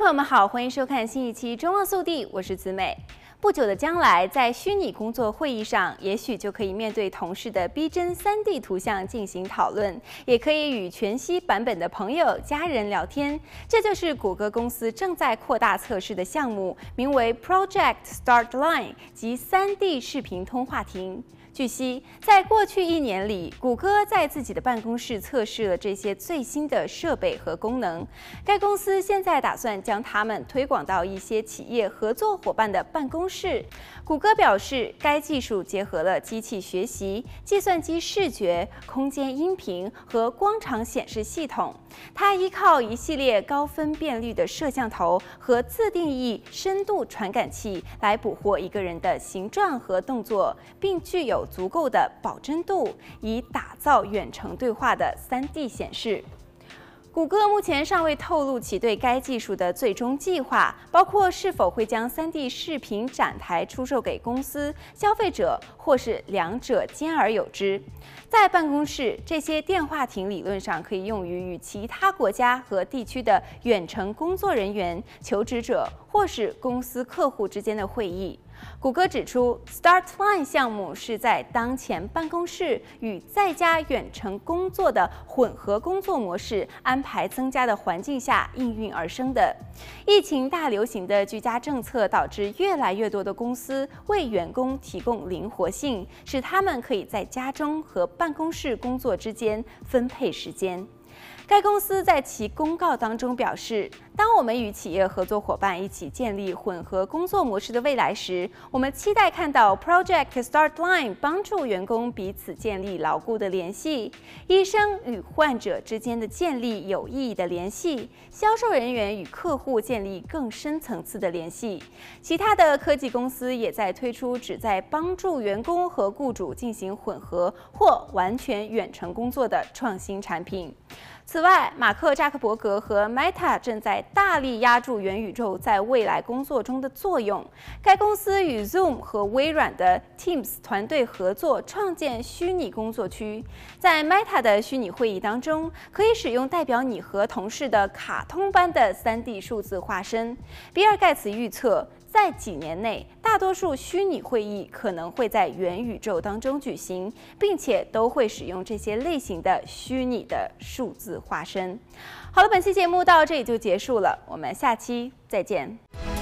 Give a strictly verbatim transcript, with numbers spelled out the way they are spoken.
朋友们好，欢迎收看新一期《中望速递》，我是子美。不久的将来，在虚拟工作会议上，也许就可以面对同事的逼真 三 D 图像进行讨论，也可以与全息版本的朋友、家人聊天。这就是谷歌公司正在扩大测试的项目，名为 Project StartLine 及 三 D 视频通话亭。据悉，在过去一年里，谷歌在自己的办公室测试了这些最新的设备和功能。该公司现在打算将它们推广到一些企业合作伙伴的办公室。谷歌表示，该技术结合了机器学习、计算机视觉、空间音频和光场显示系统。它依靠一系列高分辨率的摄像头和自定义深度传感器来捕获一个人的形状和动作，并具有足够的保真度，以打造远程对话的 三 D 显示。谷歌目前尚未透露其对该技术的最终计划，包括是否会将 三 D 视频展台出售给公司、消费者，或是两者兼而有之。在办公室，这些电话亭理论上可以用于与其他国家和地区的远程工作人员、求职者或是公司客户之间的会议。谷歌指出 ，StartLine 项目是在当前办公室与在家远程工作的混合工作模式安排增加的环境下应运而生的。疫情大流行的居家政策导致越来越多的公司为员工提供灵活性，使他们可以在家中和办公室工作之间分配时间。该公司在其公告当中表示，当我们与企业合作伙伴一起建立混合工作模式的未来时，我们期待看到 Project StartLine 帮助员工彼此建立牢固的联系，医生与患者之间的建立有意义的联系，销售人员与客户建立更深层次的联系。其他的科技公司也在推出旨在帮助员工和雇主进行混合或完全远程工作的创新产品。此外，马克·扎克伯格和 Meta 正在大力压住元宇宙在未来工作中的作用。该公司与 Zoom 和微软的 Teams 团队合作，创建虚拟工作区。在 Meta 的虚拟会议当中，可以使用代表你和同事的卡通般的 三 D 数字化身。比尔·盖茨预测，在几年内，大多数虚拟会议可能会在元宇宙当中举行，并且都会使用这些类型的虚拟的数字化身。好了，本期节目到这里就结束了，我们下期再见。